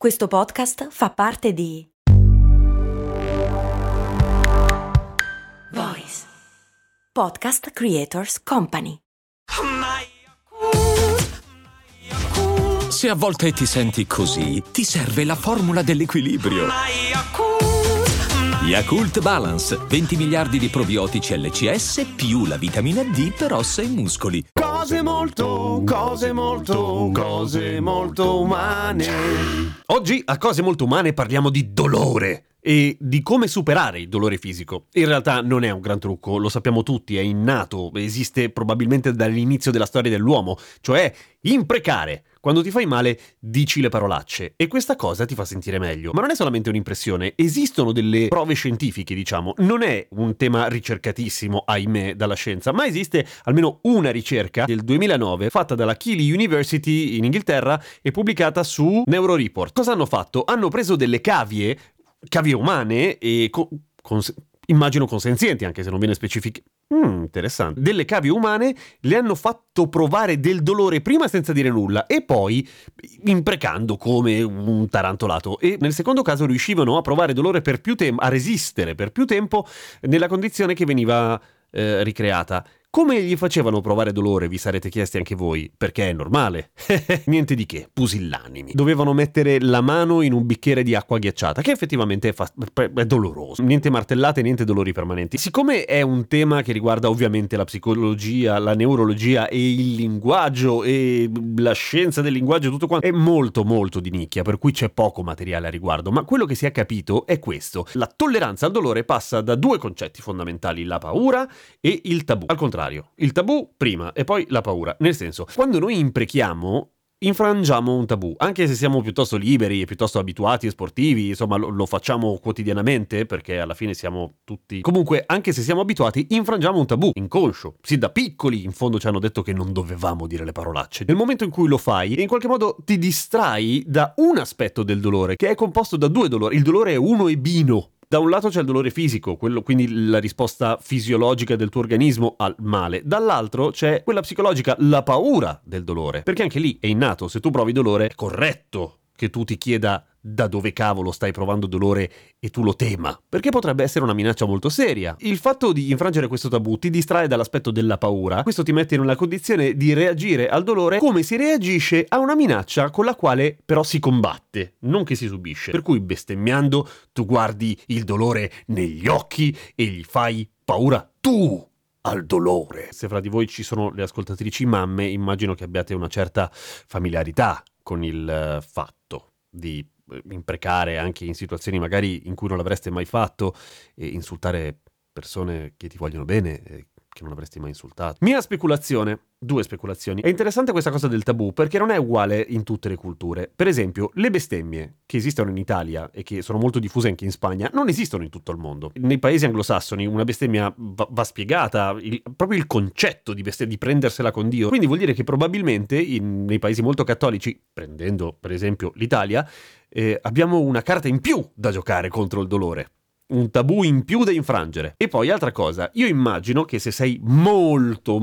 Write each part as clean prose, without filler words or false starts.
Questo podcast fa parte di Voice Podcast Creators Company. Se a volte ti senti così, ti serve la formula dell'equilibrio. Yakult Balance, 20 miliardi di probiotici LCS più la vitamina D per ossa e muscoli. Cose molto umane. Oggi a Cose molto umane parliamo di dolore e di come superare il dolore fisico. In realtà non è un gran trucco, lo sappiamo tutti, è innato, esiste probabilmente dall'inizio della storia dell'uomo, cioè imprecare. Quando ti fai male, dici le parolacce e questa cosa ti fa sentire meglio. Ma non è solamente un'impressione, esistono delle prove scientifiche, diciamo. Non è un tema ricercatissimo, ahimè, dalla scienza, ma esiste almeno una ricerca del 2009 fatta dalla Keele University in Inghilterra e pubblicata su NeuroReport. Cosa hanno fatto? Hanno preso delle cavie umane e immagino consenzienti, anche se non viene specificato. Interessante. Delle cavie umane le hanno fatto provare del dolore prima senza dire nulla e poi imprecando come un tarantolato, e nel secondo caso riuscivano a provare dolore per più tempo, a resistere per più tempo nella condizione che veniva ricreata. Come gli facevano provare dolore, vi sarete chiesti anche voi, perché è normale. Niente di che, pusillanimi. Dovevano mettere la mano in un bicchiere di acqua ghiacciata, che effettivamente è doloroso. Niente martellate, niente dolori permanenti. Siccome è un tema che riguarda ovviamente la psicologia, la neurologia e il linguaggio e la scienza del linguaggio e tutto quanto, è molto molto di nicchia, per cui c'è poco materiale a riguardo. Ma quello che si è capito è questo. La tolleranza al dolore passa da due concetti fondamentali, la paura e il tabù. Al contrario, il tabù prima e poi la paura. Nel senso, quando noi imprechiamo, infrangiamo un tabù, anche se siamo piuttosto liberi e piuttosto abituati e sportivi, insomma lo facciamo quotidianamente perché alla fine siamo tutti... Comunque, anche se siamo abituati, infrangiamo un tabù, inconscio. Sì, da piccoli in fondo ci hanno detto che non dovevamo dire le parolacce. Nel momento in cui lo fai, in qualche modo ti distrai da un aspetto del dolore, che è composto da due dolori. Il dolore è uno e bino. Da un lato c'è il dolore fisico, quello quindi la risposta fisiologica del tuo organismo al male. Dall'altro c'è quella psicologica, la paura del dolore. Perché anche lì è innato, se tu provi dolore, è corretto che tu ti chieda da dove cavolo stai provando dolore e tu lo tema, perché potrebbe essere una minaccia molto seria. Il fatto di infrangere questo tabù ti distrae dall'aspetto della paura, questo ti mette in una condizione di reagire al dolore come si reagisce a una minaccia con la quale però si combatte, non che si subisce. Per cui bestemmiando tu guardi il dolore negli occhi e gli fai paura tu al dolore. Se fra di voi ci sono le ascoltatrici mamme, immagino che abbiate una certa familiarità con il fatto di imprecare anche in situazioni magari in cui non l'avreste mai fatto e insultare persone che ti vogliono bene che non avresti mai insultato. Mia speculazione, due speculazioni. È interessante questa cosa del tabù perché non è uguale in tutte le culture. Per esempio, le bestemmie che esistono in Italia e che sono molto diffuse anche in Spagna non esistono in tutto il mondo. Nei paesi anglosassoni una bestemmia va spiegata, proprio il concetto di bestemmia, di prendersela con Dio. Quindi vuol dire che probabilmente nei paesi molto cattolici, prendendo per esempio l'Italia, abbiamo una carta in più da giocare contro il dolore. Un tabù in più da infrangere. E poi altra cosa, io immagino che se sei molto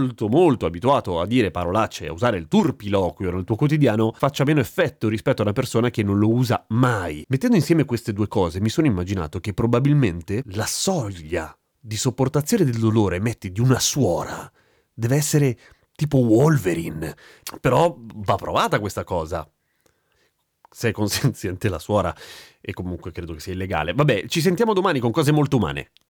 abituato a dire parolacce e a usare il turpiloquio nel tuo quotidiano, faccia meno effetto rispetto a una persona che non lo usa mai. Mettendo insieme queste due cose mi sono immaginato che probabilmente la soglia di sopportazione del dolore, metti, di una suora deve essere tipo Wolverine. Però va provata questa cosa. Se è consenziente la suora, e comunque credo che sia illegale. Vabbè, ci sentiamo domani con Cose molto umane.